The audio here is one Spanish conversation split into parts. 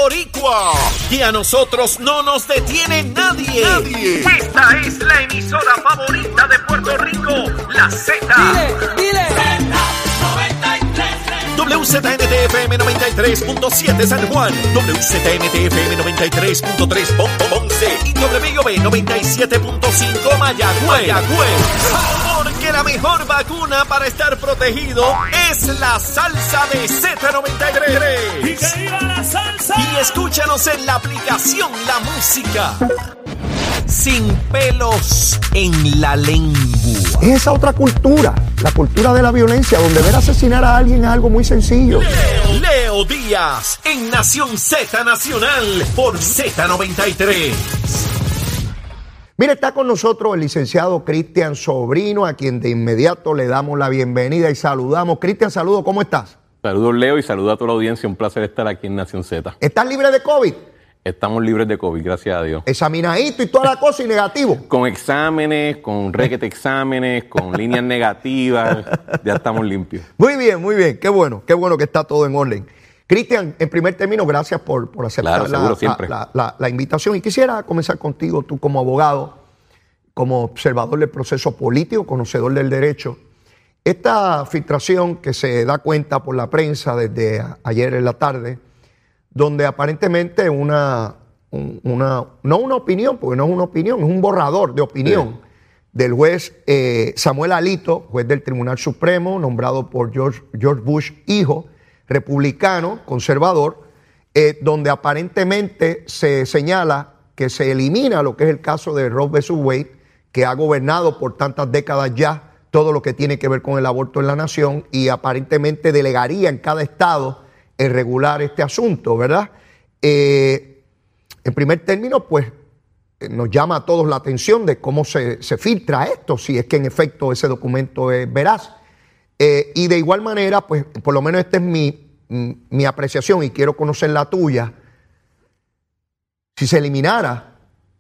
boricua, y a nosotros no nos detiene nadie. Esta es la emisora favorita de Puerto Rico, la Z. Dile. WZNT-FM 93.7 San Juan, WZNT-FM 93.3 Ponce y WIOB 97.5 Mayagüez. Porque la mejor vacuna para estar protegido es la salsa de Z93. ¡Y que viva la salsa! Y escúchanos en la aplicación La Música. Sin pelos en la lengua. Es esa otra cultura, la cultura de la violencia, donde ver asesinar a alguien es algo muy sencillo. Leo Díaz, en Nación Z Nacional, por Z93. Mire, está con nosotros el licenciado Cristian Sobrino, a quien de inmediato le damos la bienvenida y saludamos. Cristian, saludo, ¿cómo estás? Saludos, Leo, y saludos a toda la audiencia. Un placer estar aquí en Nación Z. ¿Estás libre de COVID? Estamos libres de COVID, gracias a Dios. Examinadito y toda la cosa y negativo. Con exámenes, con requete exámenes, con líneas negativas, ya estamos limpios. Muy bien. Qué bueno que está todo en orden. Cristian, en primer término, gracias por aceptar la invitación. Y quisiera comenzar contigo, tú como abogado, como observador del proceso político, conocedor del derecho. Esta filtración que se da cuenta por la prensa desde ayer en la tarde, donde aparentemente no una opinión, porque no es una opinión, es un borrador de opinión del juez Samuel Alito, juez del Tribunal Supremo, nombrado por George Bush, hijo, republicano, conservador, donde aparentemente se señala que se elimina lo que es el caso de Roe vs. Wade, que ha gobernado por tantas décadas ya todo lo que tiene que ver con el aborto en la nación, y aparentemente delegaría en cada estado el regular este asunto, ¿verdad? En primer término, pues nos llama a todos la atención de cómo se filtra esto, si es que en efecto ese documento es veraz. Y de igual manera, pues por lo menos esta es mi apreciación y quiero conocer la tuya. Si se eliminara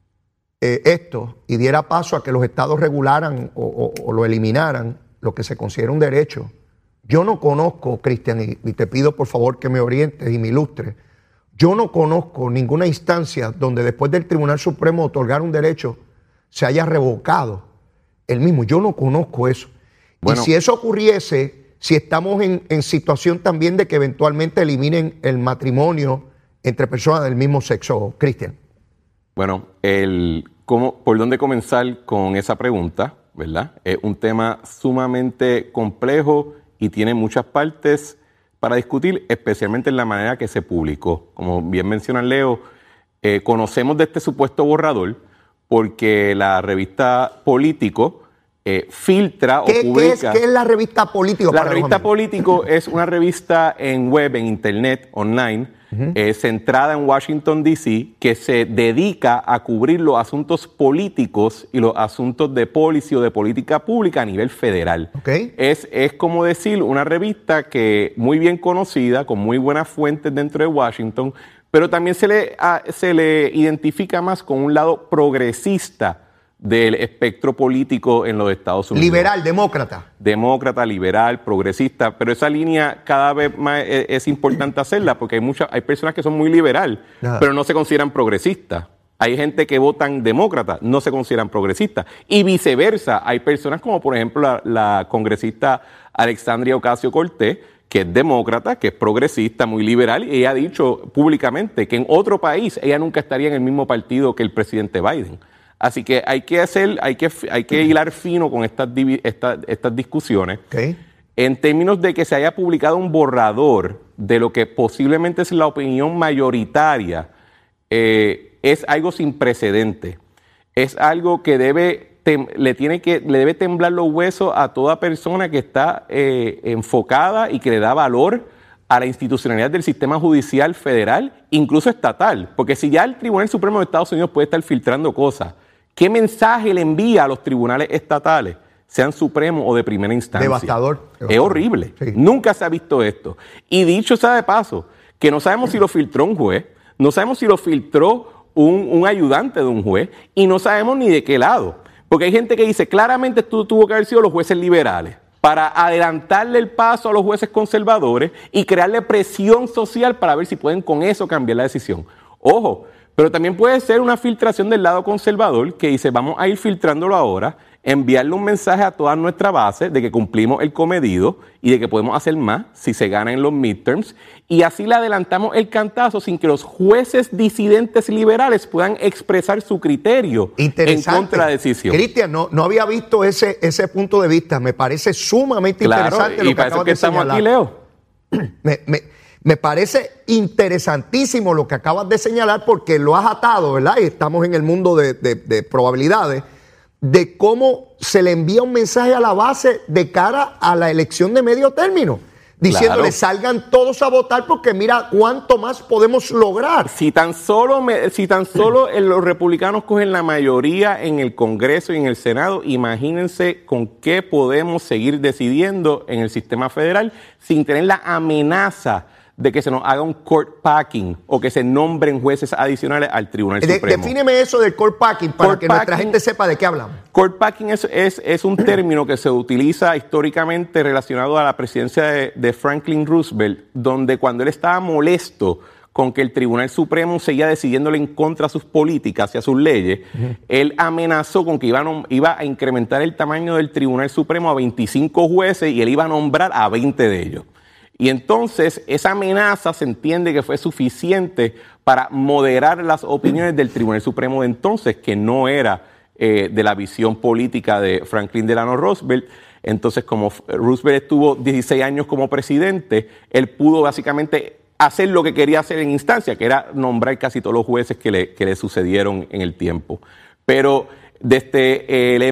esto y diera paso a que los estados regularan o lo eliminaran, lo que se considera un derecho, yo no conozco, Cristian, y te pido por favor que me orientes y me ilustres, yo no conozco ninguna instancia donde después del Tribunal Supremo otorgar un derecho se haya revocado el mismo. Yo no conozco eso. Bueno, y si eso ocurriese, si estamos en situación también de que eventualmente eliminen el matrimonio entre personas del mismo sexo, Cristian. Bueno, ¿por dónde comenzar con esa pregunta? ¿Verdad? Es un tema sumamente complejo y tiene muchas partes para discutir, especialmente en la manera que se publicó. Como bien menciona Leo, conocemos de este supuesto borrador porque la revista Político filtra o publica... ¿Qué es la revista Político? La revista Político es una revista en web, en internet, online, centrada en Washington, D.C., que se dedica a cubrir los asuntos políticos y los asuntos de policy o de política pública a nivel federal. Okay. Es como decir una revista que muy bien conocida, con muy buenas fuentes dentro de Washington, pero también se le identifica más con un lado progresista del espectro político en los Estados Unidos. Liberal, demócrata. Demócrata, liberal, progresista, pero esa línea cada vez más es importante hacerla porque hay personas que son muy liberal, pero no se consideran progresistas. Hay gente que votan demócrata, no se consideran progresistas. Y viceversa, hay personas como por ejemplo la congresista Alexandria Ocasio-Cortez, que es demócrata, que es progresista, muy liberal, y ella ha dicho públicamente que en otro país ella nunca estaría en el mismo partido que el presidente Biden. Así que hay que hilar fino con estas discusiones. Okay. En términos de que se haya publicado un borrador de lo que posiblemente es la opinión mayoritaria, es algo sin precedente. Es algo que le debe temblar los huesos a toda persona que está enfocada y que le da valor a la institucionalidad del sistema judicial federal, incluso estatal. Porque si ya el Tribunal Supremo de Estados Unidos puede estar filtrando cosas, ¿qué mensaje le envía a los tribunales estatales, sean supremos o de primera instancia? Devastador. Es horrible. Sí. Nunca se ha visto esto. Y dicho sea de paso, que no sabemos si lo filtró un juez, no sabemos si lo filtró un ayudante de un juez, y no sabemos ni de qué lado. Porque hay gente que dice, claramente esto tuvo que haber sido los jueces liberales. para adelantarle el paso a los jueces conservadores y crearle presión social para ver si pueden con eso cambiar la decisión. Ojo, pero también puede ser una filtración del lado conservador que dice, vamos a ir filtrándolo ahora, enviarle un mensaje a toda nuestra base de que cumplimos el cometido y de que podemos hacer más si se gana en los midterms, y así le adelantamos el cantazo sin que los jueces disidentes liberales puedan expresar su criterio en contra de la decisión. Cristian, no había visto ese punto de vista. Me parece sumamente interesante lo que acabas de señalar. Aquí, Leo. Me parece interesantísimo lo que acabas de señalar porque lo has atado, ¿verdad? Y estamos en el mundo de probabilidades, de cómo se le envía un mensaje a la base de cara a la elección de medio término, diciéndole salgan todos a votar porque mira cuánto más podemos lograr. Si tan solo los republicanos cogen la mayoría en el Congreso y en el Senado, imagínense con qué podemos seguir decidiendo en el sistema federal sin tener la amenaza de que se nos haga un court packing o que se nombren jueces adicionales al Tribunal Supremo. Defíneme eso del court packing para que nuestra gente sepa de qué hablamos. Court packing es un término que se utiliza históricamente relacionado a la presidencia de Franklin Roosevelt, donde cuando él estaba molesto con que el Tribunal Supremo seguía decidiéndole en contra a sus políticas y a sus leyes, él amenazó con que iba a incrementar el tamaño del Tribunal Supremo a 25 jueces y él iba a nombrar a 20 de ellos. Y entonces esa amenaza se entiende que fue suficiente para moderar las opiniones del Tribunal Supremo de entonces, que no era de la visión política de Franklin Delano Roosevelt. Entonces, como Roosevelt estuvo 16 años como presidente, él pudo básicamente hacer lo que quería hacer en instancia, que era nombrar casi todos los jueces que le sucedieron en el tiempo. Pero desde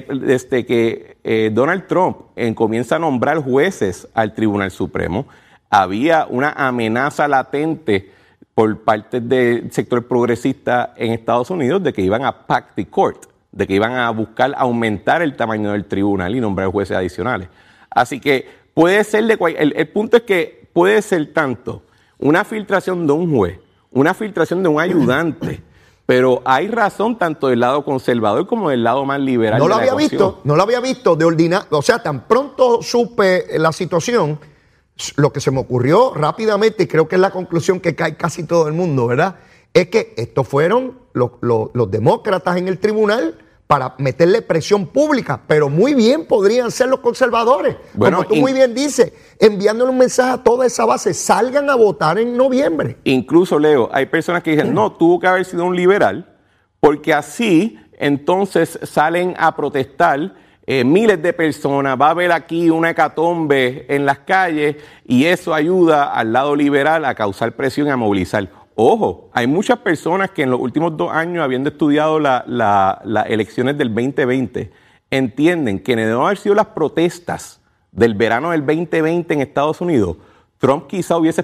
que Donald Trump comienza a nombrar jueces al Tribunal Supremo, había una amenaza latente por parte del sector progresista en Estados Unidos de que iban a pack the court, de que iban a buscar aumentar el tamaño del tribunal y nombrar jueces adicionales. Así que puede ser el punto es que puede ser tanto una filtración de un juez, una filtración de un ayudante, pero hay razón tanto del lado conservador como del lado más liberal. No lo había visto de ordinario, o sea, tan pronto supe la situación. Lo que se me ocurrió rápidamente, y creo que es la conclusión que cae casi todo el mundo, ¿verdad? Es que estos fueron los demócratas en el tribunal para meterle presión pública, pero muy bien podrían ser los conservadores. Bueno, como tú muy bien dices, enviándole un mensaje a toda esa base, salgan a votar en noviembre. Incluso, Leo, hay personas que dicen, no, tuvo que haber sido un liberal, porque así entonces salen a protestar miles de personas, va a haber aquí una hecatombe en las calles y eso ayuda al lado liberal a causar presión y a movilizar. Ojo, hay muchas personas que en los últimos 2 años, habiendo estudiado las elecciones del 2020, entienden que de no haber sido las protestas del verano del 2020 en Estados Unidos, Trump quizá hubiese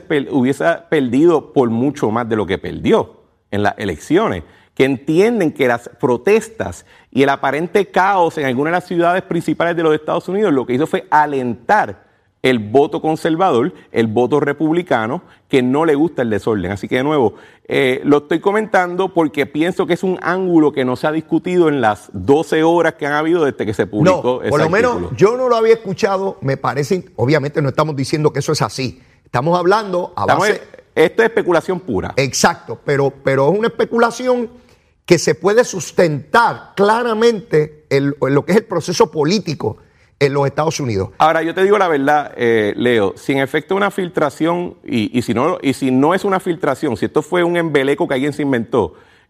perdido por mucho más de lo que perdió en las elecciones, que entienden que las protestas y el aparente caos en algunas de las ciudades principales de los Estados Unidos lo que hizo fue alentar el voto conservador, el voto republicano, que no le gusta el desorden. Así que, de nuevo, lo estoy comentando porque pienso que es un ángulo que no se ha discutido en las 12 horas que han habido desde que se publicó ese por lo artículo. menos yo no lo había escuchado, me parece, obviamente no estamos diciendo que eso es así, estamos hablando a base... Esto es especulación pura. Exacto, pero es una especulación que se puede sustentar claramente en lo que es el proceso político en los Estados Unidos. Ahora, yo te digo la verdad, Leo, si en efecto es una filtración, y si no es una filtración, si esto fue un embeleco que alguien se inventó,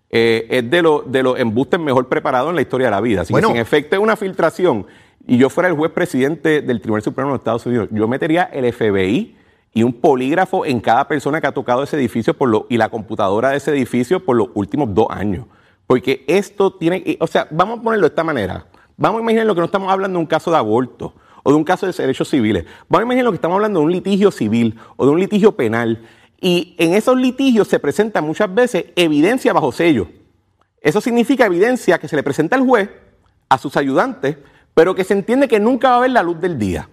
es de los embustes mejor preparados en la historia de la vida. Así que si en efecto es una filtración, y yo fuera el juez presidente del Tribunal Supremo de los Estados Unidos, yo metería el FBI y un polígrafo en cada persona que ha tocado ese edificio y la computadora de ese edificio por los últimos 2 años. Porque esto tiene, o sea, vamos a ponerlo de esta manera. Vamos a imaginar lo que no estamos hablando de un caso de aborto o de un caso de derechos civiles. Vamos a imaginar lo que estamos hablando de un litigio civil o de un litigio penal. Y en esos litigios se presenta muchas veces evidencia bajo sello. Eso significa evidencia que se le presenta al juez, a sus ayudantes, pero que se entiende que nunca va a ver la luz del día.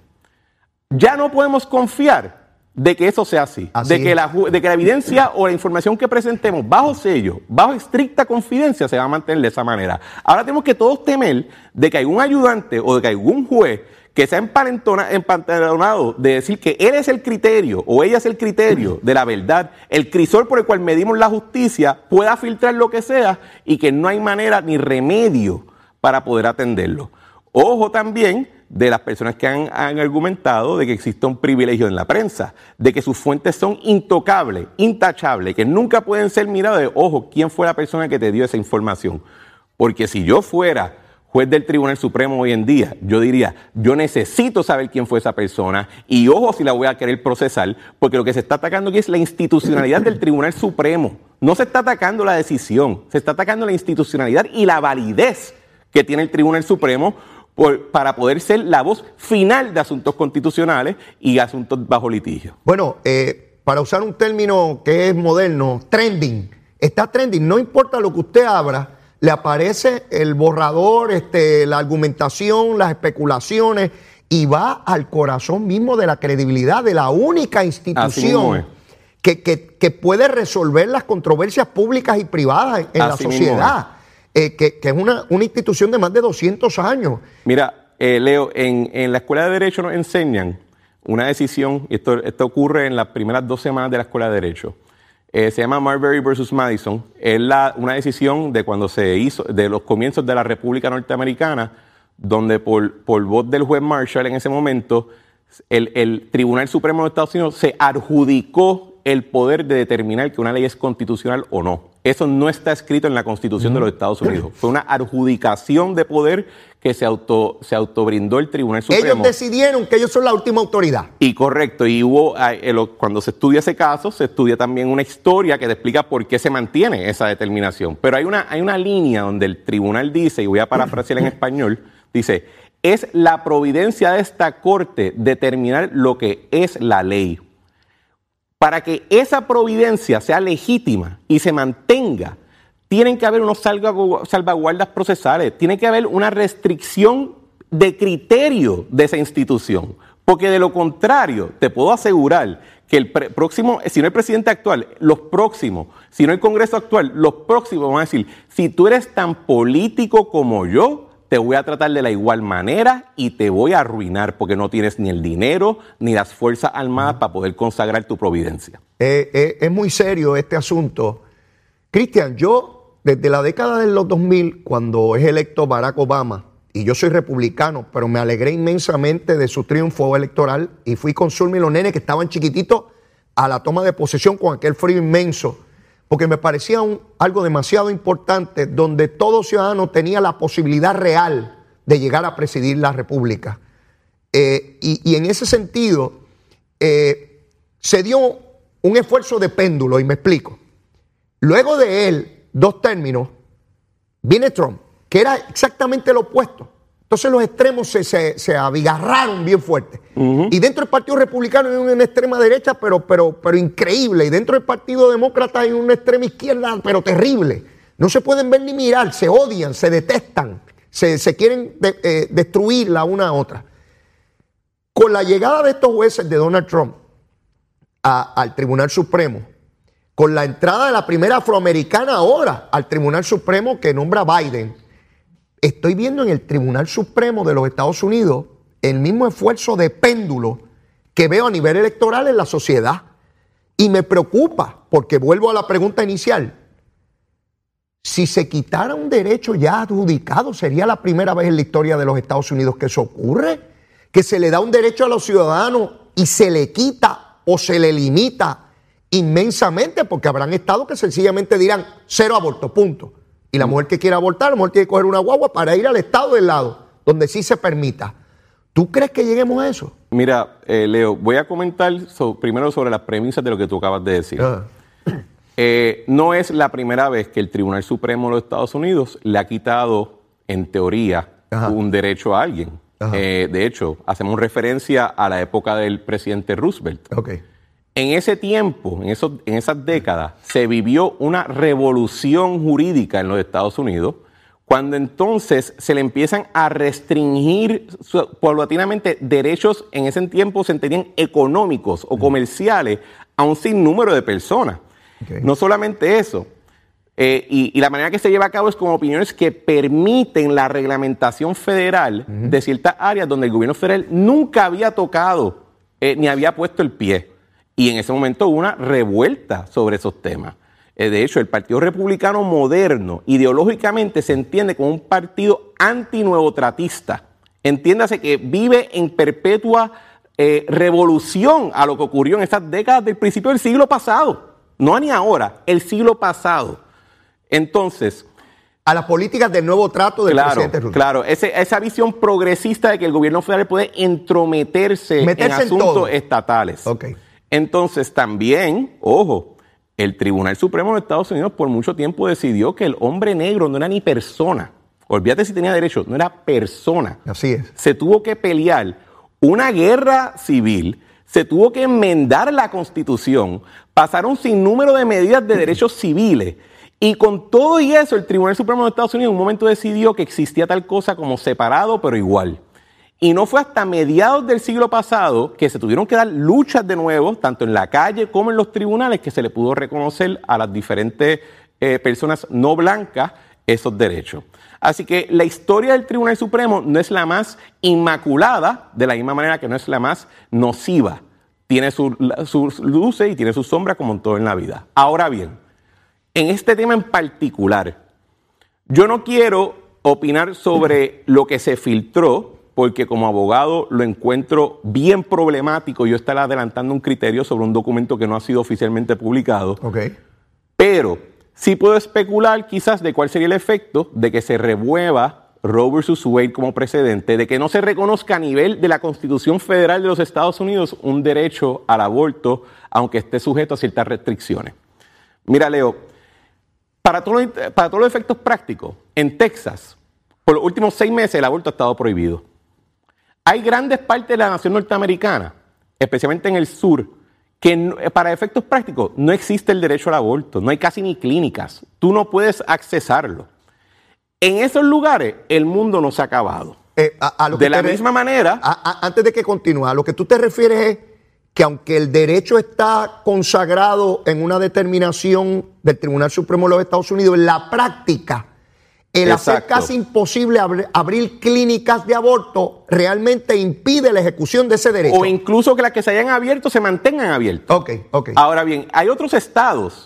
Ya no podemos confiar de que eso sea así. De que la evidencia o la información que presentemos bajo sello, bajo estricta confidencia, se va a mantener de esa manera. Ahora tenemos que todos temer de que algún ayudante o de que algún juez que se ha empantanado de decir que él es el criterio o ella es el criterio de la verdad, el crisol por el cual medimos la justicia, pueda filtrar lo que sea y que no hay manera ni remedio para poder atenderlo. Ojo también de las personas que han argumentado de que existe un privilegio en la prensa, de que sus fuentes son intocables, intachables, que nunca pueden ser miradas de, ojo, ¿quién fue la persona que te dio esa información? Porque si yo fuera juez del Tribunal Supremo hoy en día, yo diría, yo necesito saber quién fue esa persona y ojo si la voy a querer procesar, porque lo que se está atacando aquí es la institucionalidad del Tribunal Supremo. No se está atacando la decisión, se está atacando la institucionalidad y la validez que tiene el Tribunal Supremo para poder ser la voz final de asuntos constitucionales y asuntos bajo litigio. Bueno, para usar un término que es moderno, trending. Está trending, no importa lo que usted abra, le aparece el borrador, la argumentación, las especulaciones, y va al corazón mismo de la credibilidad de la única institución que puede resolver las controversias públicas y privadas en la sociedad. Que es una institución de más de 200 años. Mira, Leo, en la Escuela de Derecho nos enseñan una decisión, y esto ocurre en las primeras 2 semanas de la Escuela de Derecho, se llama Marbury versus Madison, es una decisión de cuando se hizo, de los comienzos de la República Norteamericana, donde por voz del juez Marshall en ese momento, el Tribunal Supremo de Estados Unidos se adjudicó el poder de determinar que una ley es constitucional o no. Eso no está escrito en la Constitución de los Estados Unidos. Fue una adjudicación de poder que se autobrindó el Tribunal Supremo. Ellos decidieron que ellos son la última autoridad. Y correcto. Y cuando se estudia ese caso, se estudia también una historia que te explica por qué se mantiene esa determinación. Pero hay una línea donde el tribunal dice, y voy a parafrasear en español, dice, es la providencia de esta Corte determinar lo que es la ley. Para que esa providencia sea legítima y se mantenga, tienen que haber unos salvaguardas procesales, tiene que haber una restricción de criterio de esa institución, porque de lo contrario, te puedo asegurar que el próximo, si no el presidente actual, los próximos, si no el Congreso actual, los próximos van a decir, si tú eres tan político como yo, te voy a tratar de la igual manera y te voy a arruinar porque no tienes ni el dinero ni las fuerzas armadas para poder consagrar tu providencia. Es muy serio este asunto. Cristian, yo desde la década de los 2000, cuando es electo Barack Obama, y yo soy republicano, pero me alegré inmensamente de su triunfo electoral y fui con Zulma y los nenes que estaban chiquititos a la toma de posesión con aquel frío inmenso, porque me parecía algo demasiado importante donde todo ciudadano tenía la posibilidad real de llegar a presidir la República. Y en ese sentido se dio un esfuerzo de péndulo, y me explico. Luego de él, 2 términos, viene Trump, que era exactamente lo opuesto. Entonces los extremos se abigarraron bien fuerte. Y dentro del Partido Republicano hay una extrema derecha, pero increíble. Y dentro del Partido Demócrata hay una extrema izquierda, pero terrible. No se pueden ver ni mirar, se odian, se detestan, se quieren destruir la una a otra. Con la llegada de estos jueces de Donald Trump al Tribunal Supremo, con la entrada de la primera afroamericana ahora al Tribunal Supremo que nombra Biden, estoy viendo en el Tribunal Supremo de los Estados Unidos el mismo esfuerzo de péndulo que veo a nivel electoral en la sociedad. Y me preocupa, porque vuelvo a la pregunta inicial. Si se quitara un derecho ya adjudicado, sería la primera vez en la historia de los Estados Unidos que eso ocurre, que se le da un derecho a los ciudadanos y se le quita o se le limita inmensamente, porque habrán estados que sencillamente dirán 0 aborto, punto. Y la mujer que quiera abortar, la mujer tiene que coger una guagua para ir al estado del lado, donde sí se permita. ¿Tú crees que lleguemos a eso? Mira, Leo, voy a comentar primero sobre las premisas de lo que tú acabas de decir. No es la primera vez que el Tribunal Supremo de los Estados Unidos le ha quitado, en teoría, un derecho a alguien. De hecho, hacemos referencia a la época del presidente Roosevelt. En ese tiempo, en esas décadas, se vivió una revolución jurídica en los Estados Unidos, cuando entonces se le empiezan a restringir paulatinamente derechos, en ese tiempo se entendían económicos o comerciales, a un sinnúmero de personas. No solamente eso, Y la manera que se lleva a cabo es con opiniones que permiten la reglamentación federal de ciertas áreas donde el gobierno federal nunca había tocado ni había puesto el pie. Y en ese momento hubo una revuelta sobre esos temas. De hecho, el Partido Republicano moderno, ideológicamente, se entiende como un partido antinuevotratista. Entiéndase que vive en perpetua revolución a lo que ocurrió en esas décadas del principio del siglo pasado. No ni ahora, el siglo pasado. Entonces, a las políticas del nuevo trato del presidente Roosevelt. Claro, esa visión progresista de que el gobierno federal puede meterse en asuntos estatales. Okay. Entonces, también, ojo, el Tribunal Supremo de Estados Unidos por mucho tiempo decidió que el hombre negro no era ni persona. Olvídate si tenía derechos, no era persona. Así es. Se tuvo que pelear una guerra civil, se tuvo que enmendar la Constitución, pasaron un sinnúmero de medidas de derechos civiles. Y con todo y eso, el Tribunal Supremo de Estados Unidos en un momento decidió que existía tal cosa como separado pero igual. Y no fue hasta mediados del siglo pasado que se tuvieron que dar luchas de nuevo, tanto en la calle como en los tribunales, que se le pudo reconocer a las diferentes personas no blancas esos derechos. Así que la historia del Tribunal Supremo no es la más inmaculada, de la misma manera que no es la más nociva. Tiene sus luces y tiene sus sombras como en todo en la vida. Ahora bien, en este tema en particular, yo no quiero opinar sobre lo que se filtró, porque como abogado lo encuentro bien problemático yo estar adelantando un criterio sobre un documento que no ha sido oficialmente publicado. Okay. Pero sí puedo especular quizás de cuál sería el efecto de que se remueva Roe versus Wade como precedente, de que no se reconozca a nivel de la Constitución Federal de los Estados Unidos un derecho al aborto, aunque esté sujeto a ciertas restricciones. Mira, Leo, para todos los efectos prácticos, en Texas, por los últimos 6 meses el aborto ha estado prohibido. Hay grandes partes de la nación norteamericana, especialmente en el sur, que para efectos prácticos no existe el derecho al aborto, no hay casi ni clínicas, tú no puedes accesarlo. En esos lugares el mundo no se ha acabado. De la misma manera... Antes de que continúe, a lo que tú te refieres es que aunque el derecho está consagrado en una determinación del Tribunal Supremo de los Estados Unidos, en la práctica, el hacer casi imposible abrir clínicas de aborto realmente impide la ejecución de ese derecho. O incluso que las que se hayan abierto se mantengan abiertas. Ok. Ahora bien, hay otros estados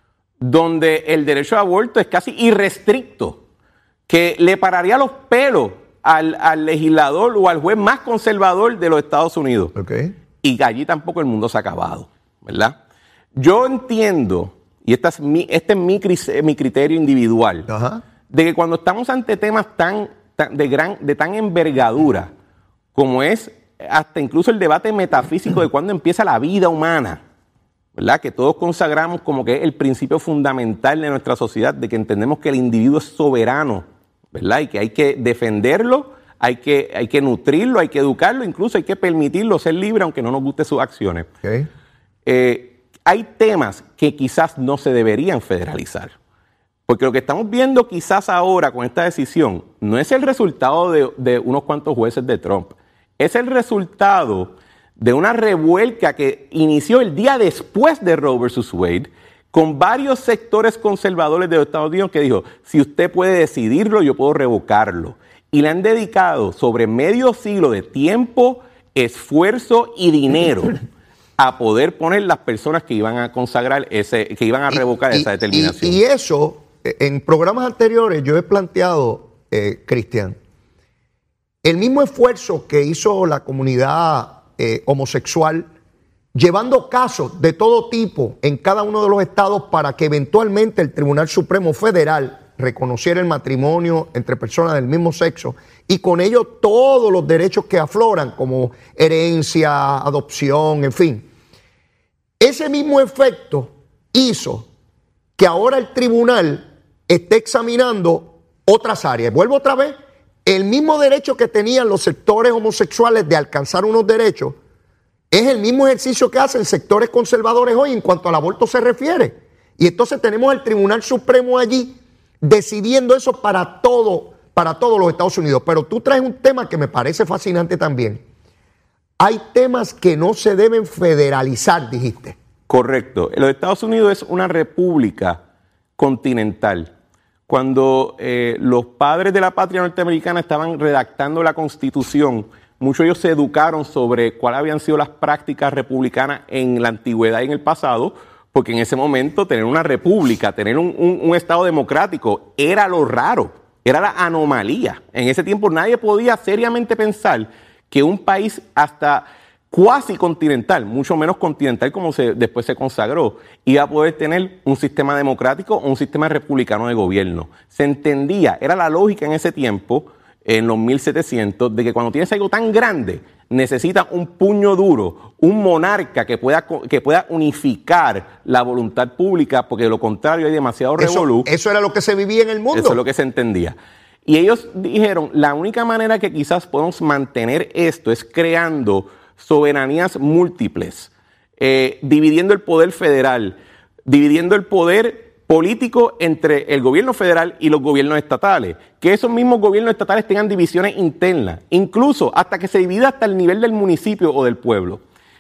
donde el derecho al aborto es casi irrestricto, que le pararía los pelos al legislador o al juez más conservador de los Estados Unidos. Okay. Y allí tampoco el mundo se ha acabado, ¿verdad? Yo entiendo, y este es mi criterio individual, de que cuando estamos ante temas de tan envergadura, como es hasta incluso el debate metafísico de cuándo empieza la vida humana, ¿verdad? Que todos consagramos como que es el principio fundamental de nuestra sociedad, de que entendemos que el individuo es soberano, ¿verdad? Y que hay que defenderlo, hay que nutrirlo, hay que educarlo, incluso hay que permitirlo ser libre aunque no nos guste sus acciones. Okay. Hay temas que quizás no se deberían federalizar. Porque lo que estamos viendo quizás ahora con esta decisión no es el resultado de unos cuantos jueces de Trump. Es el resultado de una revuelca que inició el día después de Roe versus Wade con varios sectores conservadores de los Estados Unidos que dijo, si usted puede decidirlo, yo puedo revocarlo. Y le han dedicado sobre medio siglo de tiempo, esfuerzo y dinero a poder poner las personas que iban a consagrar que iban a revocar esa determinación. Y eso, en programas anteriores yo he planteado, Cristian, el mismo esfuerzo que hizo la comunidad homosexual, llevando casos de todo tipo en cada uno de los estados para que eventualmente el Tribunal Supremo Federal reconociera el matrimonio entre personas del mismo sexo y con ello todos los derechos que afloran como herencia, adopción, en fin. Ese mismo efecto hizo que ahora el tribunal esté examinando otras áreas. Vuelvo otra vez, el mismo derecho que tenían los sectores homosexuales de alcanzar unos derechos es el mismo ejercicio que hacen sectores conservadores hoy en cuanto al aborto se refiere. Y entonces tenemos al Tribunal Supremo allí decidiendo eso para todos los Estados Unidos. Pero tú traes un tema que me parece fascinante también. Hay temas que no se deben federalizar, dijiste. Correcto. Los Estados Unidos es una república continental. Cuando los padres de la patria norteamericana estaban redactando la Constitución, muchos de ellos se educaron sobre cuáles habían sido las prácticas republicanas en la antigüedad y en el pasado, porque en ese momento tener una república, tener un Estado democrático, era lo raro, era la anomalía. En ese tiempo nadie podía seriamente pensar que un país hasta cuasi continental, mucho menos continental como después se consagró, iba a poder tener un sistema democrático o un sistema republicano de gobierno. Se entendía, era la lógica en ese tiempo, en los 1700, de que cuando tienes algo tan grande, necesitas un puño duro, un monarca que pueda unificar la voluntad pública, porque de lo contrario hay demasiado revolú. Eso era lo que se vivía en el mundo. Eso es lo que se entendía. Y ellos dijeron, la única manera que quizás podemos mantener esto es creando soberanías múltiples, dividiendo el poder federal, dividiendo el poder político entre el gobierno federal y los gobiernos estatales, que esos mismos gobiernos estatales tengan divisiones internas, incluso hasta que se divida hasta el nivel del municipio o del pueblo.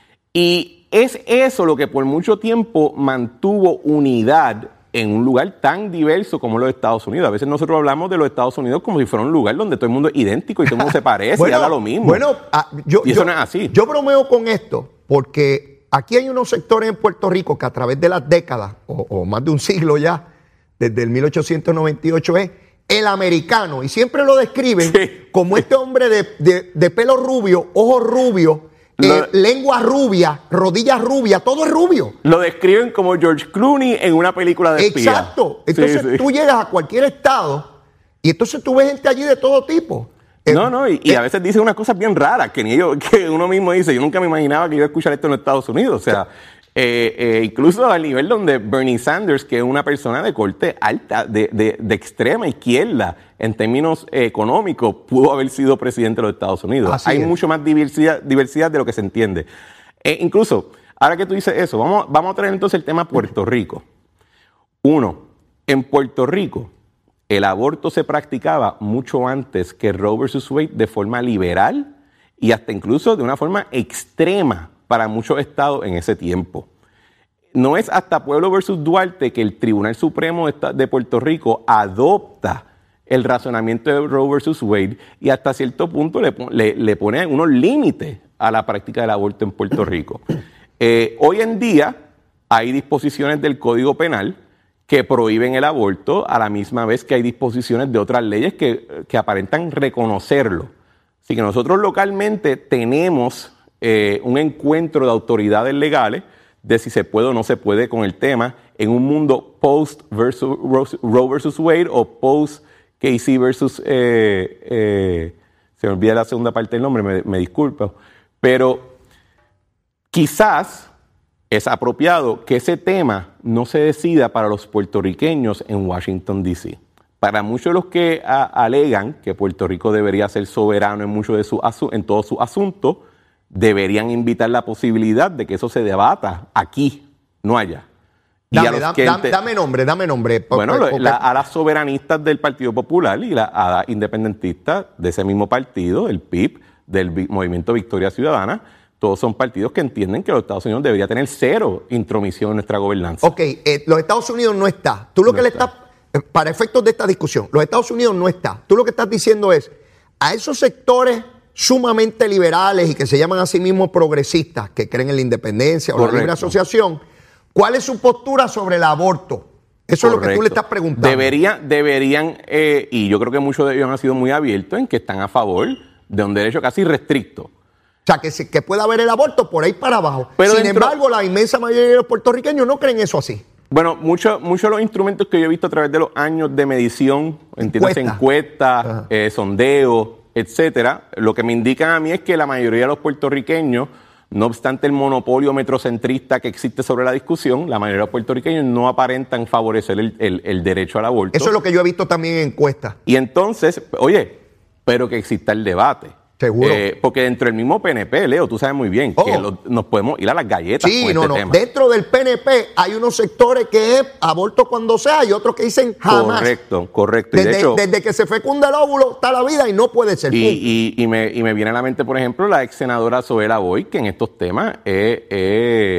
Y es eso lo que por mucho tiempo mantuvo unidad en un lugar tan diverso como los Estados Unidos. A veces nosotros hablamos de los Estados Unidos como si fuera un lugar donde todo el mundo es idéntico y todo el mundo se parece bueno, y haga lo mismo. Bueno, y eso no es así. Yo bromeo con esto porque aquí hay unos sectores en Puerto Rico que a través de las décadas, o más de un siglo ya, desde el 1898 es el americano. Y siempre lo describen como este hombre de pelo rubio, ojos rubios, lengua rubia, rodillas rubias, todo es rubio. Lo describen como George Clooney en una película de espía. Exacto. Entonces tú llegas a cualquier estado y entonces tú ves gente allí de todo tipo. Y a veces dicen unas cosas bien raras que uno mismo dice, yo nunca me imaginaba que iba a escuchar esto en los Estados Unidos. O sea, incluso al nivel donde Bernie Sanders, que es una persona de corte alta, de extrema izquierda, en términos económicos, pudo haber sido presidente de los Estados Unidos. Hay mucho más diversidad de lo que se entiende. Incluso, ahora que tú dices eso, vamos a traer entonces el tema Puerto Rico. En Puerto Rico, el aborto se practicaba mucho antes que Roe versus Wade de forma liberal y hasta incluso de una forma extrema para muchos estados en ese tiempo. No es hasta Pueblo versus Duarte que el Tribunal Supremo de Puerto Rico adopta el razonamiento de Roe versus Wade y hasta cierto punto le pone unos límites a la práctica del aborto en Puerto Rico. Hoy en día hay disposiciones del Código Penal que prohíben el aborto a la misma vez que hay disposiciones de otras leyes que aparentan reconocerlo. Así que nosotros localmente tenemos un encuentro de autoridades legales de si se puede o no se puede con el tema en un mundo post Roe versus Wade o post Casey versus se me olvida la segunda parte del nombre, me disculpo, pero quizás es apropiado que ese tema no se decida para los puertorriqueños en Washington, D.C. Para muchos de los que alegan que Puerto Rico debería ser soberano en todos sus asuntos, deberían invitar la posibilidad de que eso se debata aquí, no allá. Dame nombre. Bueno, a las soberanistas del Partido Popular y a las independentistas de ese mismo partido, el PIB, del Movimiento Victoria Ciudadana, todos son partidos que entienden que los Estados Unidos debería tener cero intromisión en nuestra gobernanza. Ok, los Estados Unidos no está. Tú lo que le estás, para efectos de esta discusión, los Estados Unidos no está. Tú lo que estás diciendo es, a esos sectores sumamente liberales y que se llaman a sí mismos progresistas, que creen en la independencia o la libre asociación, ¿cuál es su postura sobre el aborto? Eso es lo que tú le estás preguntando. Deberían, y yo creo que muchos de ellos han sido muy abiertos en que están a favor de un derecho casi restricto. O sea, que pueda haber el aborto por ahí para abajo. Pero sin embargo, la inmensa mayoría de los puertorriqueños no creen eso así. Bueno, muchos de los instrumentos que yo he visto a través de los años de medición, encuestas, sondeos, etcétera, lo que me indican a mí es que la mayoría de los puertorriqueños, no obstante el monopolio metrocentrista que existe sobre la discusión, la mayoría de los puertorriqueños no aparentan favorecer el derecho al aborto. Eso es lo que yo he visto también en encuestas. Y entonces, pero que exista el debate. Seguro. Porque dentro del mismo PNP, Leo, tú sabes muy bien que nos podemos ir a las galletas con este tema. Dentro del PNP hay unos sectores que es aborto cuando sea y otros que dicen jamás. Correcto. Desde que se fecunda el óvulo está la vida y no puede ser. Y me viene a la mente, por ejemplo, la ex senadora Zoela Boy, que en estos temas es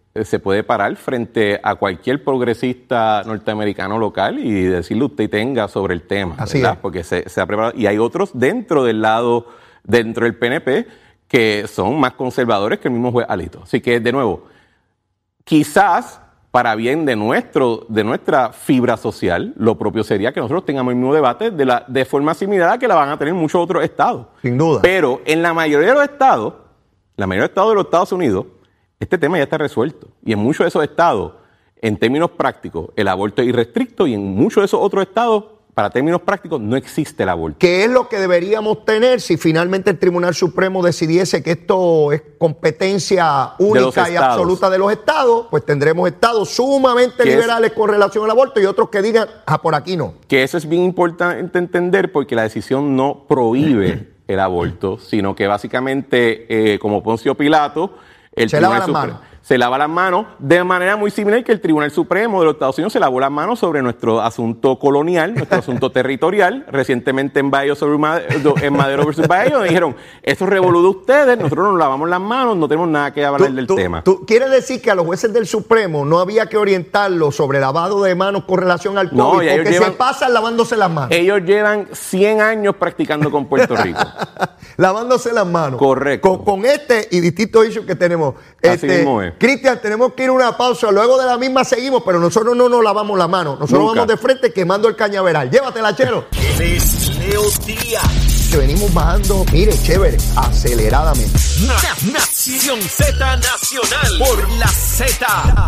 se puede parar frente a cualquier progresista norteamericano local y decirle usted tenga sobre el tema, así ¿verdad? Es. Porque se ha preparado. Y hay otros dentro del PNP, que son más conservadores que el mismo juez Alito. Así que, de nuevo, quizás para bien de nuestra fibra social, lo propio sería que nosotros tengamos el mismo debate de forma similar a que la van a tener muchos otros estados. Sin duda. Pero en la mayoría de los estados, de los Estados Unidos, este tema ya está resuelto. Y en muchos de esos estados, en términos prácticos, el aborto es irrestricto, y en muchos de esos otros estados, para términos prácticos, no existe el aborto. ¿Qué es lo que deberíamos tener si finalmente el Tribunal Supremo decidiese que esto es competencia única y absoluta de los estados? Pues tendremos estados sumamente liberales con relación al aborto y otros que digan, por aquí no. Que eso es bien importante entender, porque la decisión no prohíbe el aborto, sino que básicamente, como Poncio Pilato, se lava las manos de manera muy similar que el Tribunal Supremo de los Estados Unidos se lavó las manos sobre nuestro asunto colonial, nuestro asunto territorial. Recientemente en Madero versus Baello dijeron, eso es revolú de ustedes, nosotros nos lavamos las manos, no tenemos nada que hablar del tema. ¿Tú quieres decir que a los jueces del Supremo no había que orientarlos sobre lavado de manos con relación al COVID? Porque se pasan lavándose las manos. Ellos llevan 100 años practicando con Puerto Rico. Lavándose las manos. Correcto. Con este y distintos issues que tenemos. Así mismo es. Cristian, tenemos que ir a una pausa. Luego de la misma seguimos, pero nosotros no nos lavamos la mano. Nosotros vamos de frente quemando el cañaveral. Llévatela, Chero. Es Leo Díaz. Que venimos bajando, mire, chévere, aceleradamente. Nación Z Nacional por la Z.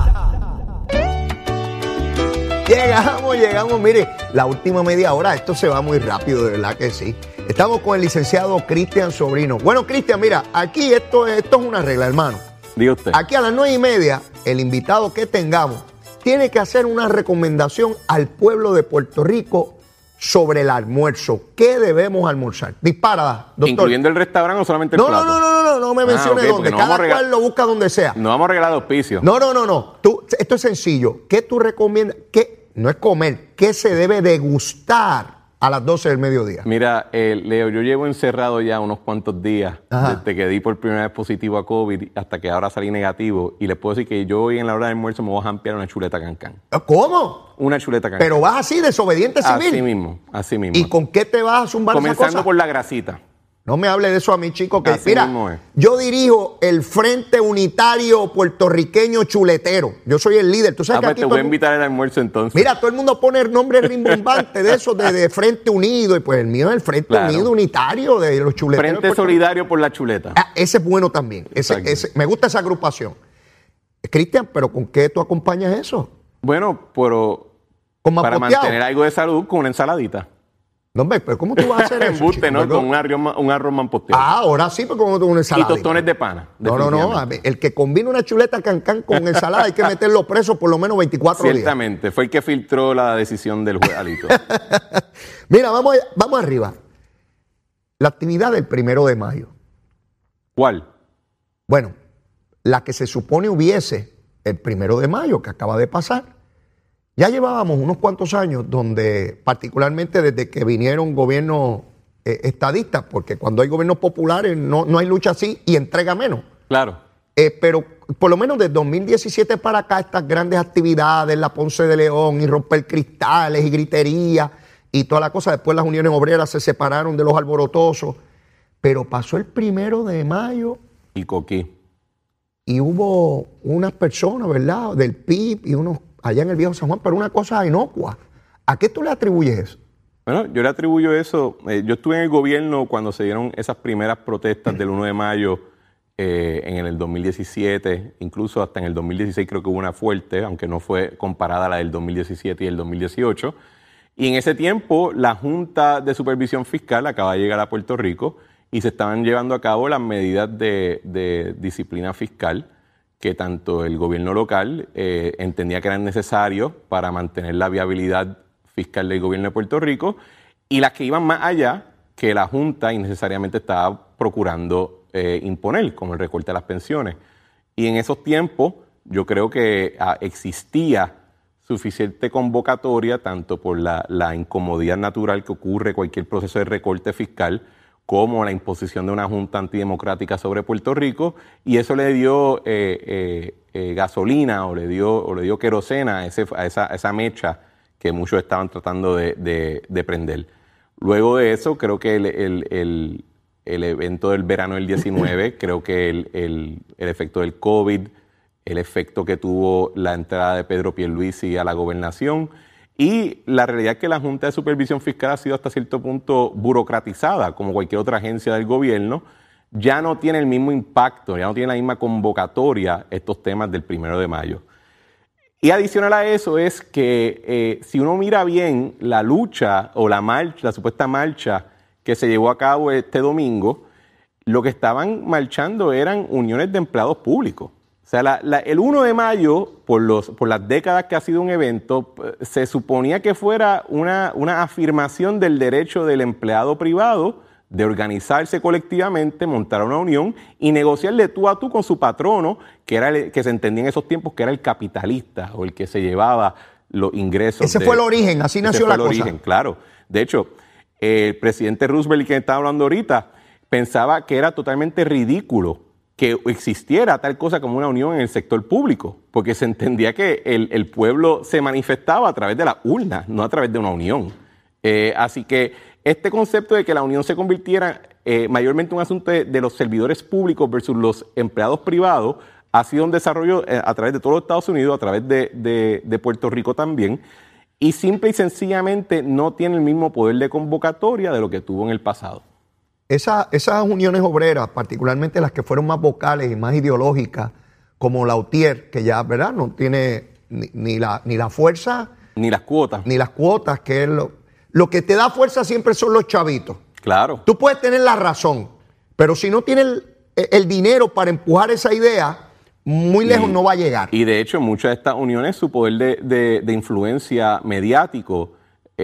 Llegamos, mire, la última media hora, esto se va muy rápido, de verdad que sí. Estamos con el licenciado Cristian Sobrino. Bueno, Cristian, mira, aquí esto es una regla, hermano. Diga usted. Aquí a las 9:30, el invitado que tengamos tiene que hacer una recomendación al pueblo de Puerto Rico sobre el almuerzo. ¿Qué debemos almorzar? Dispara, doctor. ¿Incluyendo el restaurante o solamente el plato? No me mencione dónde. Cada cual lo busca donde sea. No vamos a regalar auspicio. No. Esto es sencillo. ¿Qué tú recomiendas? No es comer. ¿Qué se debe degustar a las 12 del mediodía? Mira, Leo, yo llevo encerrado ya unos cuantos días, desde que di por primera vez positivo a COVID hasta que ahora salí negativo, y les puedo decir que yo hoy en la hora del almuerzo me voy a jampear una chuleta cancán. ¿Cómo? Una chuleta cancán. Pero vas así, desobediente civil. Así mismo. ¿Y con qué te vas a zumbar esa cosa? Comenzando por la grasita. No me hable de eso a mí, chico, que así mira, mismo es. Yo dirijo el Frente Unitario Puertorriqueño Chuletero. Yo soy el líder. ¿Tú sabes que aquí te voy a invitar al almuerzo entonces. Mira, todo el mundo pone el nombre rimbombante de eso, de Frente Unido, y pues el mío es el Frente Unido Unitario de los chuleteros. Frente Solidario por la chuleta. Ese es bueno también. Me gusta esa agrupación. Cristian, ¿pero con qué tú acompañas eso? Bueno, pero para mantener algo de salud, con una ensaladita. No, hombre, pero ¿cómo tú vas a hacer eso? Embuste, ¿no? Con un arroz manposteado. Ahora sí, pero como una ensalada. Y tostones de pana. No. El que combina una chuleta cancán con ensalada hay que meterlo preso por lo menos 24 días. Ciertamente. Fue el que filtró la decisión del juez Alito. Mira, vamos arriba. La actividad del 1 de mayo. ¿Cuál? Bueno, la que se supone hubiese el 1 de mayo, que acaba de pasar. Ya llevábamos unos cuantos años donde, particularmente desde que vinieron gobiernos estadistas, porque cuando hay gobiernos populares no hay lucha así y entrega menos. Claro. Pero por lo menos desde 2017 para acá, estas grandes actividades, la Ponce de León y romper cristales y gritería y toda la cosa. Después las uniones obreras se separaron de los alborotosos. Pero pasó el 1 de mayo. Y coquí. Y hubo unas personas, ¿verdad? Del PIB y unos allá en el Viejo San Juan, pero una cosa inocua. ¿A qué tú le atribuyes eso? Bueno, yo le atribuyo eso. Yo estuve en el gobierno cuando se dieron esas primeras protestas del 1 de mayo en el 2017, incluso hasta en el 2016 creo que hubo una fuerte, aunque no fue comparada a la del 2017 y el 2018. Y en ese tiempo la Junta de Supervisión Fiscal acaba de llegar a Puerto Rico y se estaban llevando a cabo las medidas de disciplina fiscal que tanto el gobierno local entendía que eran necesarios para mantener la viabilidad fiscal del gobierno de Puerto Rico, y las que iban más allá que la Junta innecesariamente estaba procurando imponer, como el recorte de las pensiones. Y en esos tiempos yo creo que existía suficiente convocatoria, tanto por la incomodidad natural que ocurre cualquier proceso de recorte fiscal, como la imposición de una junta antidemocrática sobre Puerto Rico, y eso le dio gasolina o le dio querosena a esa mecha que muchos estaban tratando de prender. Luego de eso, creo que el evento del verano del 19, creo que el efecto del COVID, el efecto que tuvo la entrada de Pedro Pierluisi a la gobernación, y la realidad es que la Junta de Supervisión Fiscal ha sido hasta cierto punto burocratizada, como cualquier otra agencia del gobierno, ya no tiene el mismo impacto, ya no tiene la misma convocatoria estos temas del 1 de mayo. Y adicional a eso es que si uno mira bien la lucha o la supuesta marcha que se llevó a cabo este domingo, lo que estaban marchando eran uniones de empleados públicos. O sea, el 1 de mayo, por las décadas que ha sido un evento, se suponía que fuera una afirmación del derecho del empleado privado de organizarse colectivamente, montar una unión y negociar de tú a tú con su patrono, que era el que se entendía en esos tiempos que era el capitalista o el que se llevaba los ingresos. Ese fue el origen, así nació la cosa. Ese fue el origen, claro. De hecho, el presidente Roosevelt, que estaba hablando ahorita, pensaba que era totalmente ridículo que existiera tal cosa como una unión en el sector público, porque se entendía que el pueblo se manifestaba a través de las urnas, no a través de una unión. Así que este concepto de que la unión se convirtiera mayormente en un asunto de los servidores públicos versus los empleados privados ha sido un desarrollo a través de todos los Estados Unidos, a través de Puerto Rico también, y simple y sencillamente no tiene el mismo poder de convocatoria de lo que tuvo en el pasado. Esas uniones obreras, particularmente las que fueron más vocales y más ideológicas, como la UTIER, que ya, ¿verdad?, no tiene ni la fuerza. Ni las cuotas. Ni las cuotas, que es lo que te da fuerza siempre son los chavitos. Claro. Tú puedes tener la razón, pero si no tienes el dinero para empujar esa idea, muy lejos no va a llegar. Y de hecho, en muchas de estas uniones, su poder de influencia mediático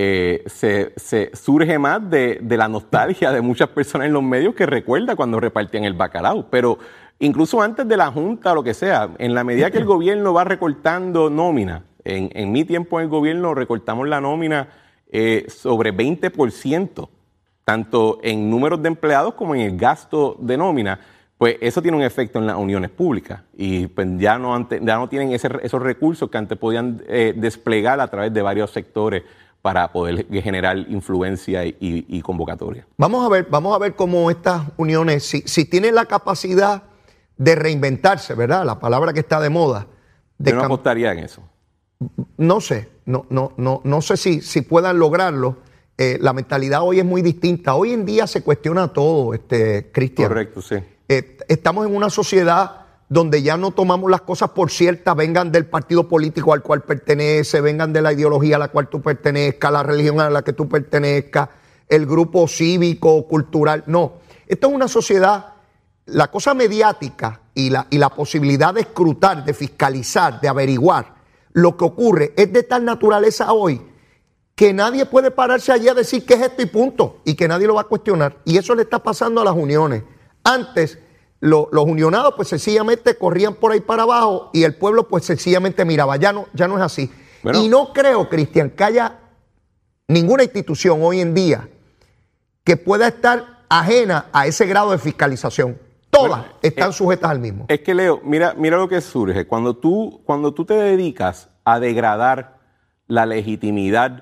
se surge más de la nostalgia de muchas personas en los medios que recuerda cuando repartían el bacalao. Pero incluso antes de la Junta o lo que sea, en la medida que el gobierno va recortando nómina, en mi tiempo en el gobierno recortamos la nómina sobre 20%, tanto en números de empleados como en el gasto de nómina, pues eso tiene un efecto en las uniones públicas y pues ya no tienen esos recursos que antes podían desplegar a través de varios sectores para poder generar influencia y convocatoria. Vamos a ver cómo estas uniones, si tienen la capacidad de reinventarse, ¿verdad? La palabra que está de moda. Yo no apostaría en eso. No sé, no sé si puedan lograrlo. La mentalidad hoy es muy distinta. Hoy en día se cuestiona todo, Cristian. Correcto, sí. Estamos en una sociedad donde ya no tomamos las cosas por ciertas, vengan del partido político al cual pertenece, vengan de la ideología a la cual tú pertenezcas, la religión a la que tú pertenezcas, el grupo cívico, cultural. No, esto es una sociedad, la cosa mediática y la posibilidad de escrutar, de fiscalizar, de averiguar lo que ocurre es de tal naturaleza hoy que nadie puede pararse allí a decir qué es esto y punto, y que nadie lo va a cuestionar. Y eso le está pasando a las uniones. Antes, los unionados pues sencillamente corrían por ahí para abajo y el pueblo pues sencillamente miraba. Ya no es así. Bueno. Y no creo, Cristian, que haya ninguna institución hoy en día que pueda estar ajena a ese grado de fiscalización. Todas están sujetas al mismo. Es que, Leo, mira lo que surge. Cuando tú te dedicas a degradar la legitimidad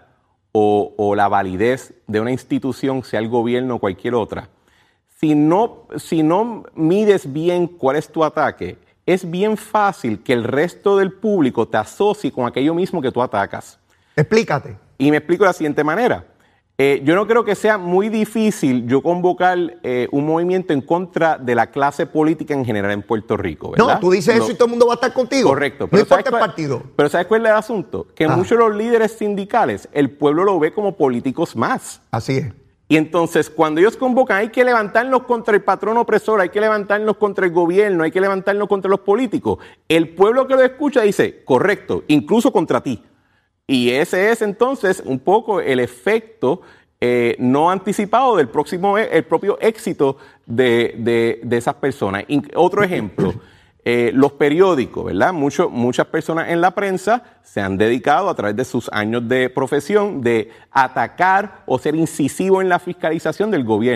o la validez de una institución, sea el gobierno o cualquier otra, si no mides bien cuál es tu ataque, es bien fácil que el resto del público te asocie con aquello mismo que tú atacas. Explícate. Y me explico de la siguiente manera. Yo no creo que sea muy difícil yo convocar un movimiento en contra de la clase política en general en Puerto Rico, ¿verdad? No, tú dices eso y todo el mundo va a estar contigo. Correcto. No importa el partido. Pero ¿sabes cuál es el asunto? Que muchos de los líderes sindicales, el pueblo lo ve como políticos más. Así es. Y entonces, cuando ellos convocan, hay que levantarnos contra el patrón opresor, hay que levantarnos contra el gobierno, hay que levantarnos contra los políticos. El pueblo que lo escucha dice, correcto, incluso contra ti. Y ese es entonces un poco el efecto no anticipado del el propio éxito de esas personas. Otro ejemplo, los periódicos, ¿verdad? Muchas personas en la prensa se han dedicado a través de sus años de profesión de atacar o ser incisivo en la fiscalización del gobierno.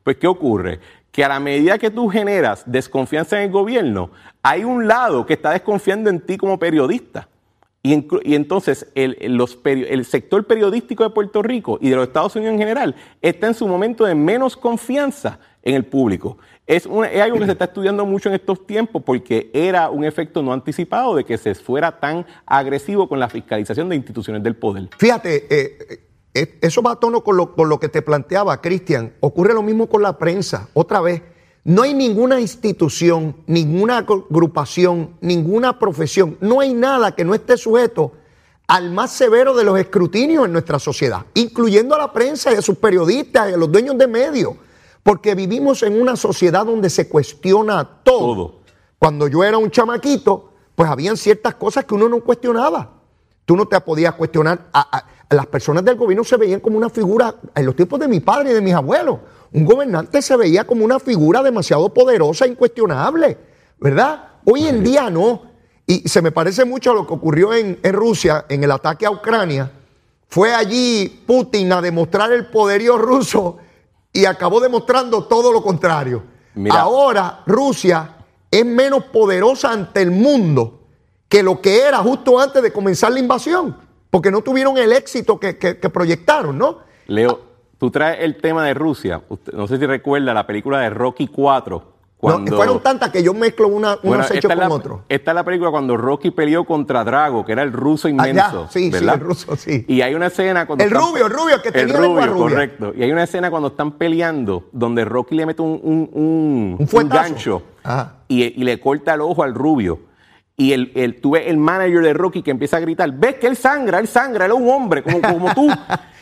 Pues, ¿qué ocurre? Que a la medida que tú generas desconfianza en el gobierno, hay un lado que está desconfiando en ti como periodista. Y entonces el sector periodístico de Puerto Rico y de los Estados Unidos en general está en su momento de menos confianza en el público. Es algo que se está estudiando mucho en estos tiempos porque era un efecto no anticipado de que se fuera tan agresivo con la fiscalización de instituciones del poder. Fíjate, eso va a tono con lo que te planteaba, Cristian. Ocurre lo mismo con la prensa. Otra vez, no hay ninguna institución, ninguna agrupación, ninguna profesión, no hay nada que no esté sujeto al más severo de los escrutinios en nuestra sociedad, incluyendo a la prensa y a sus periodistas y a los dueños de medios, porque vivimos en una sociedad donde se cuestiona todo. Cuando yo era un chamaquito, pues habían ciertas cosas que uno no cuestionaba. Tú no te podías cuestionar. Las personas del gobierno se veían como una figura, en los tiempos de mi padre y de mis abuelos, un gobernante se veía como una figura demasiado poderosa, incuestionable, ¿verdad? Hoy en día no. Y se me parece mucho a lo que ocurrió en Rusia, en el ataque a Ucrania. Fue allí Putin a demostrar el poderío ruso y acabó demostrando todo lo contrario. Mira. Ahora Rusia es menos poderosa ante el mundo que lo que era justo antes de comenzar la invasión, porque no tuvieron el éxito que proyectaron, ¿no? Leo, tú traes el tema de Rusia. No sé si recuerda la película de Rocky 4. No, fueron tantas que yo mezclo unos hechos con otros. Esta es la película cuando Rocky peleó contra Drago, que era el ruso inmenso. Sí, ¿verdad? Sí, el ruso, sí. Y hay una escena cuando... El rubio que tenía lengua rubia. Correcto. Y hay una escena cuando están peleando donde Rocky le mete un gancho y le corta el ojo al rubio. Y tú ves el manager de Rocky que empieza a gritar, ves que él sangra, él es un hombre como tú.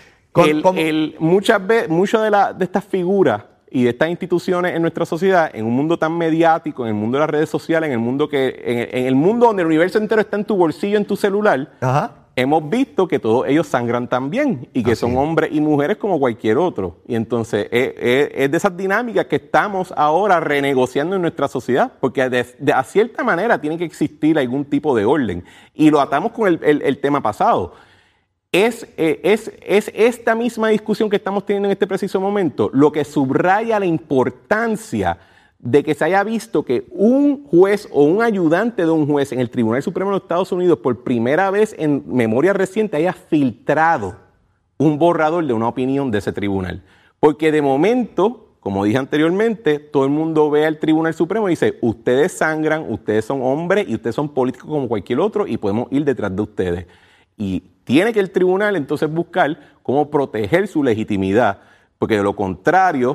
Muchas de estas figuras y de estas instituciones en nuestra sociedad, en un mundo tan mediático, en el mundo de las redes sociales, en el mundo donde el universo entero está en tu bolsillo, en tu celular, hemos visto que todos ellos sangran también y que son hombres y mujeres como cualquier otro. Y entonces es de esas dinámicas que estamos ahora renegociando en nuestra sociedad, porque a cierta manera tiene que existir algún tipo de orden. Y lo atamos con el tema pasado. Es esta misma discusión que estamos teniendo en este preciso momento lo que subraya la importancia de que se haya visto que un juez o un ayudante de un juez en el Tribunal Supremo de los Estados Unidos por primera vez en memoria reciente haya filtrado un borrador de una opinión de ese tribunal. Porque de momento, como dije anteriormente, todo el mundo ve al Tribunal Supremo y dice, ustedes sangran, ustedes son hombres y ustedes son políticos como cualquier otro y podemos ir detrás de ustedes. Y tiene que el tribunal entonces buscar cómo proteger su legitimidad, porque de lo contrario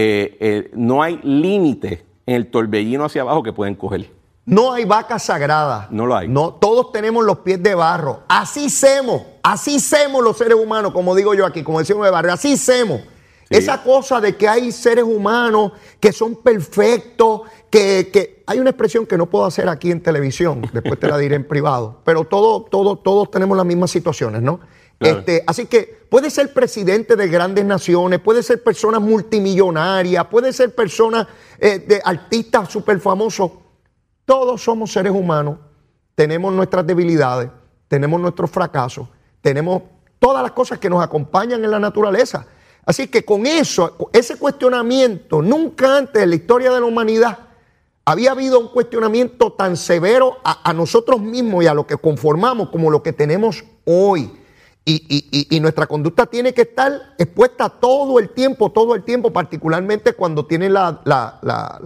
no hay límite en el torbellino hacia abajo que pueden coger. No hay vaca sagrada. No lo hay. No, todos tenemos los pies de barro. Así semos los seres humanos, como digo yo aquí, como decimos de barrio, así semos. Sí. Esa cosa de que hay seres humanos que son perfectos, que hay una expresión que no puedo hacer aquí en televisión, después te la diré en privado, pero todos tenemos las mismas situaciones, ¿no? Claro. Así que puede ser presidente de grandes naciones, puede ser personas multimillonarias, puede ser personas de artistas súper famosos. Todos somos seres humanos, tenemos nuestras debilidades, tenemos nuestros fracasos, tenemos todas las cosas que nos acompañan en la naturaleza. Así que con ese cuestionamiento, nunca antes en la historia de la humanidad había habido un cuestionamiento tan severo a nosotros mismos y a lo que conformamos como lo que tenemos hoy. Y nuestra conducta tiene que estar expuesta todo el tiempo, particularmente cuando tiene la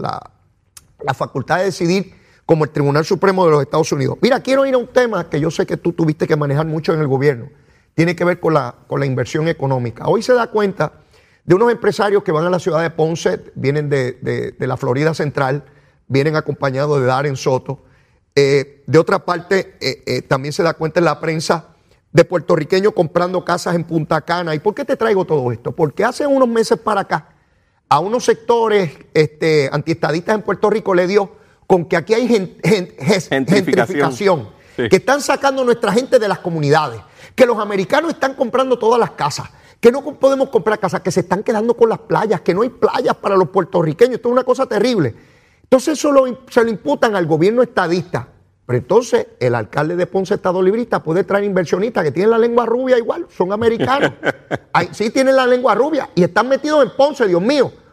facultad de decidir como el Tribunal Supremo de los Estados Unidos. Mira, quiero ir a un tema que yo sé que tú tuviste que manejar mucho en el gobierno. Tiene que ver con la inversión económica. Hoy se da cuenta de unos empresarios que van a la ciudad de Ponce, vienen de la Florida Central, vienen acompañados de Darren Soto. De otra parte, también se da cuenta en la prensa de puertorriqueños comprando casas en Punta Cana. ¿Y por qué te traigo todo esto? Porque hace unos meses para acá, a unos sectores antiestadistas en Puerto Rico le dio con que aquí hay gentrificación. Sí. Que están sacando a nuestra gente de las comunidades, que los americanos están comprando todas las casas, que no podemos comprar casas, que se están quedando con las playas, que no hay playas para los puertorriqueños. Esto es una cosa terrible. Entonces eso se lo imputan al gobierno estadista. Pero entonces el alcalde de Ponce, estado librista, puede traer inversionistas que tienen la lengua rubia igual, son americanos. Sí tienen la lengua rubia y están metidos en Ponce, Dios mío.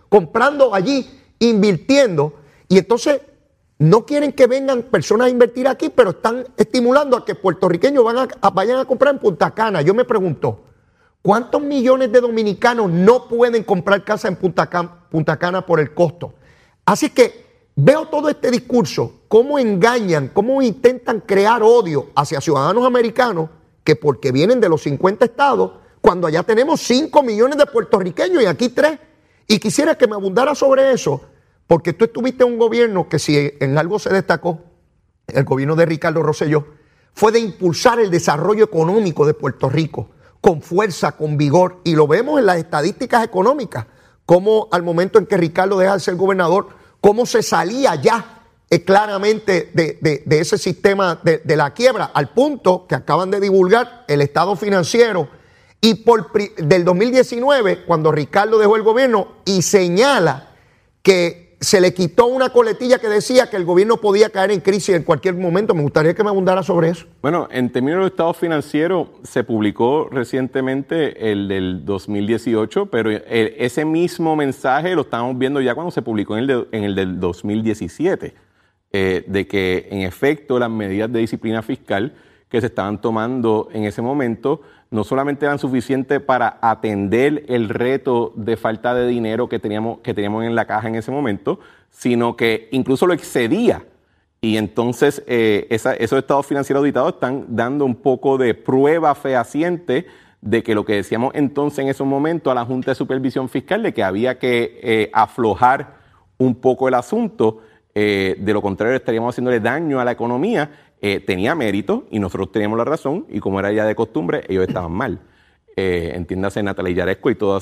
comprando allí, invirtiendo, y entonces no quieren que vengan personas a invertir aquí, pero están estimulando a que puertorriqueños vayan a comprar en Punta Cana. Yo me pregunto, ¿cuántos millones de dominicanos no pueden comprar casa en Punta Cana por el costo? Así que veo todo este discurso, cómo engañan, cómo intentan crear odio hacia ciudadanos americanos que porque vienen de los 50 estados, cuando allá tenemos 5 millones de puertorriqueños y aquí 3. Y quisiera que me abundara sobre eso, porque tú estuviste en un gobierno que si en algo se destacó, el gobierno de Ricardo Rosselló, fue de impulsar el desarrollo económico de Puerto Rico con fuerza, con vigor, y lo vemos en las estadísticas económicas, como al momento en que Ricardo deja de ser gobernador, cómo se salía ya claramente de ese sistema de la quiebra, al punto que acaban de divulgar el estado financiero y del 2019, cuando Ricardo dejó el gobierno, y señala que se le quitó una coletilla que decía que el gobierno podía caer en crisis en cualquier momento. Me gustaría que me abundara sobre eso. Bueno, en términos de estado financiero, se publicó recientemente el del 2018, pero ese mismo mensaje lo estamos viendo ya cuando se publicó en el del 2017, de que en efecto las medidas de disciplina fiscal que se estaban tomando en ese momento no solamente eran suficientes para atender el reto de falta de dinero que teníamos en la caja en ese momento, sino que incluso lo excedía. Y entonces esos estados financieros auditados están dando un poco de prueba fehaciente de que lo que decíamos entonces en esos momentos a la Junta de Supervisión Fiscal, de que había que aflojar un poco el asunto, de lo contrario estaríamos haciéndole daño a la economía, tenía mérito y nosotros teníamos la razón, y como era ya de costumbre, ellos estaban mal. Entiéndase Natalia Yaresco y todo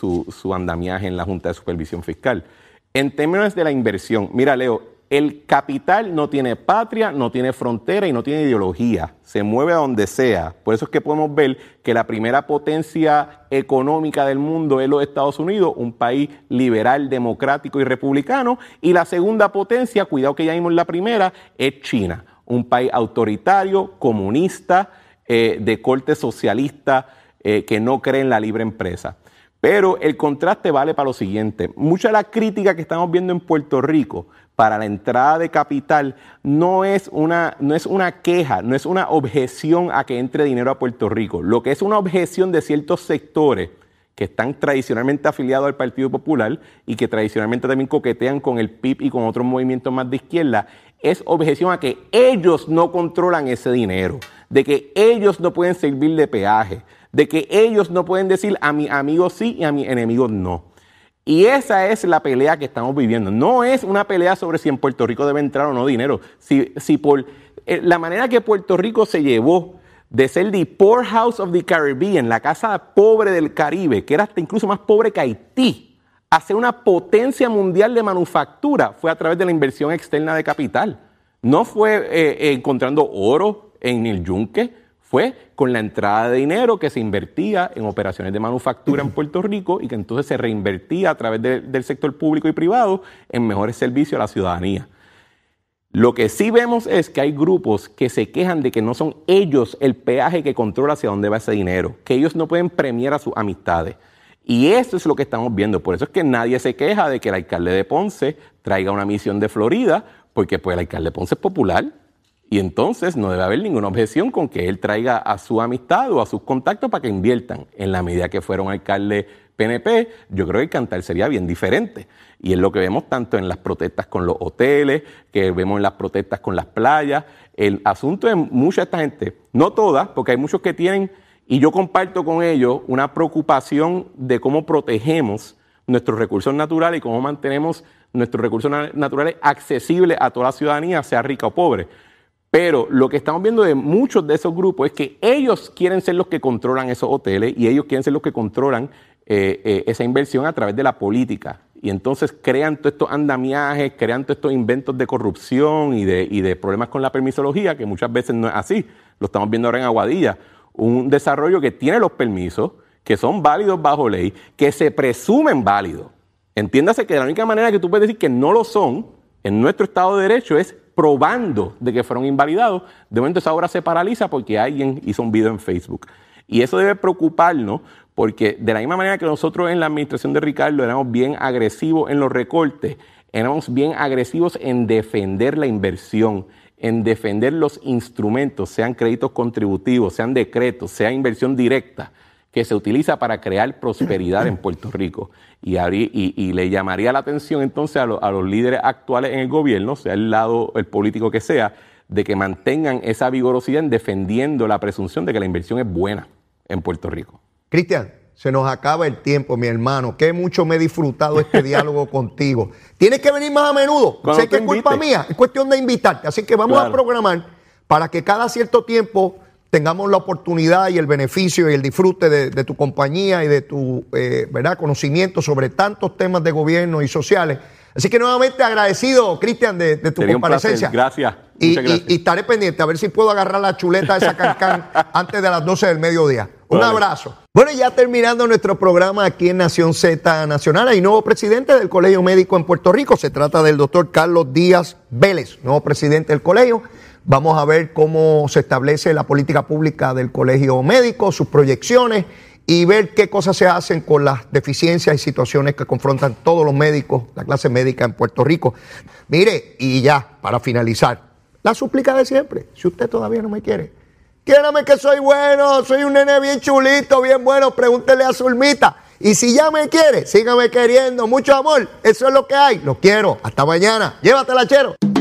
su andamiaje en la Junta de Supervisión Fiscal. En términos de la inversión, mira, Leo, el capital no tiene patria, no tiene frontera y no tiene ideología. Se mueve a donde sea. Por eso es que podemos ver que la primera potencia económica del mundo es los Estados Unidos, un país liberal, democrático y republicano. Y la segunda potencia, cuidado que ya vimos la primera, es China. Un país autoritario, comunista, de corte socialista, que no cree en la libre empresa. Pero el contraste vale para lo siguiente. Mucha de la crítica que estamos viendo en Puerto Rico para la entrada de capital no es una queja, no es una objeción a que entre dinero a Puerto Rico. Lo que es una objeción de ciertos sectores que están tradicionalmente afiliados al Partido Popular y que tradicionalmente también coquetean con el PIB y con otros movimientos más de izquierda, es objeción a que ellos no controlan ese dinero, de que ellos no pueden servir de peaje, de que ellos no pueden decir a mi amigo sí y a mi enemigo no. Y esa es la pelea que estamos viviendo. No es una pelea sobre si en Puerto Rico debe entrar o no dinero. Si por la manera que Puerto Rico se llevó de ser the poorhouse of the Caribbean, la casa pobre del Caribe, que era hasta incluso más pobre que Haití, a ser una potencia mundial de manufactura, fue a través de la inversión externa de capital. No fue encontrando oro en el yunque, fue con la entrada de dinero que se invertía en operaciones de manufactura en Puerto Rico y que entonces se reinvertía a través del sector público y privado en mejores servicios a la ciudadanía. Lo que sí vemos es que hay grupos que se quejan de que no son ellos el peaje que controla hacia dónde va ese dinero, que ellos no pueden premiar a sus amistades. Y eso es lo que estamos viendo. Por eso es que nadie se queja de que el alcalde de Ponce traiga una misión de Florida, porque pues el alcalde de Ponce es popular. Y entonces no debe haber ninguna objeción con que él traiga a su amistad o a sus contactos para que inviertan. En la medida que fuera un alcalde PNP, yo creo que el cantar sería bien diferente. Y es lo que vemos tanto en las protestas con los hoteles, que vemos en las protestas con las playas. El asunto de mucha de esta gente, no todas, porque hay muchos que tienen, y yo comparto con ellos, una preocupación de cómo protegemos nuestros recursos naturales y cómo mantenemos nuestros recursos naturales accesibles a toda la ciudadanía, sea rica o pobre. Pero lo que estamos viendo de muchos de esos grupos es que ellos quieren ser los que controlan esos hoteles y ellos quieren ser los que controlan esa inversión a través de la política. Y entonces crean todos estos andamiajes, crean todos estos inventos de corrupción y de problemas con la permisología, que muchas veces no es así. Lo estamos viendo ahora en Aguadilla. Un desarrollo que tiene los permisos, que son válidos bajo ley, que se presumen válidos. Entiéndase que la única manera que tú puedes decir que no lo son en nuestro Estado de Derecho es probando de que fueron invalidados. De momento esa obra se paraliza porque alguien hizo un video en Facebook. Y eso debe preocuparnos, porque de la misma manera que nosotros en la administración de Ricardo éramos bien agresivos en los recortes, éramos bien agresivos en defender la inversión, en defender los instrumentos, sean créditos contributivos, sean decretos, sea inversión directa, que se utiliza para crear prosperidad en Puerto Rico. Y le llamaría la atención entonces a los líderes actuales en el gobierno, sea el lado, el político que sea, de que mantengan esa vigorosidad en defendiendo la presunción de que la inversión es buena en Puerto Rico. Cristian, se nos acaba el tiempo, mi hermano. Qué mucho me he disfrutado este diálogo contigo. Tienes que venir más a menudo. Sé que es culpa mía, es cuestión de invitarte. Así que vamos a programar para que cada cierto tiempo tengamos la oportunidad y el beneficio y el disfrute de tu compañía y de tu conocimiento sobre tantos temas de gobierno y sociales. Así que nuevamente agradecido, Cristian, de tu comparecencia. Gracias. Muchas gracias. Y estaré pendiente a ver si puedo agarrar la chuleta de esa cancán antes de las 12 del mediodía. Un abrazo. Bueno, ya terminando nuestro programa aquí en Nación Z Nacional, hay nuevo presidente del Colegio Médico en Puerto Rico. Se trata del doctor Carlos Díaz Vélez, nuevo presidente del colegio. Vamos a ver cómo se establece la política pública del Colegio Médico, sus proyecciones y ver qué cosas se hacen con las deficiencias y situaciones que confrontan todos los médicos, la clase médica en Puerto Rico. Mire, y ya, para finalizar, la súplica de siempre, si usted todavía no me quiere, quiérame que soy bueno, soy un nene bien chulito, bien bueno, pregúntele a Zulmita. Y si ya me quiere, sígame queriendo, mucho amor, eso es lo que hay, lo quiero. Hasta mañana, llévatela, chero.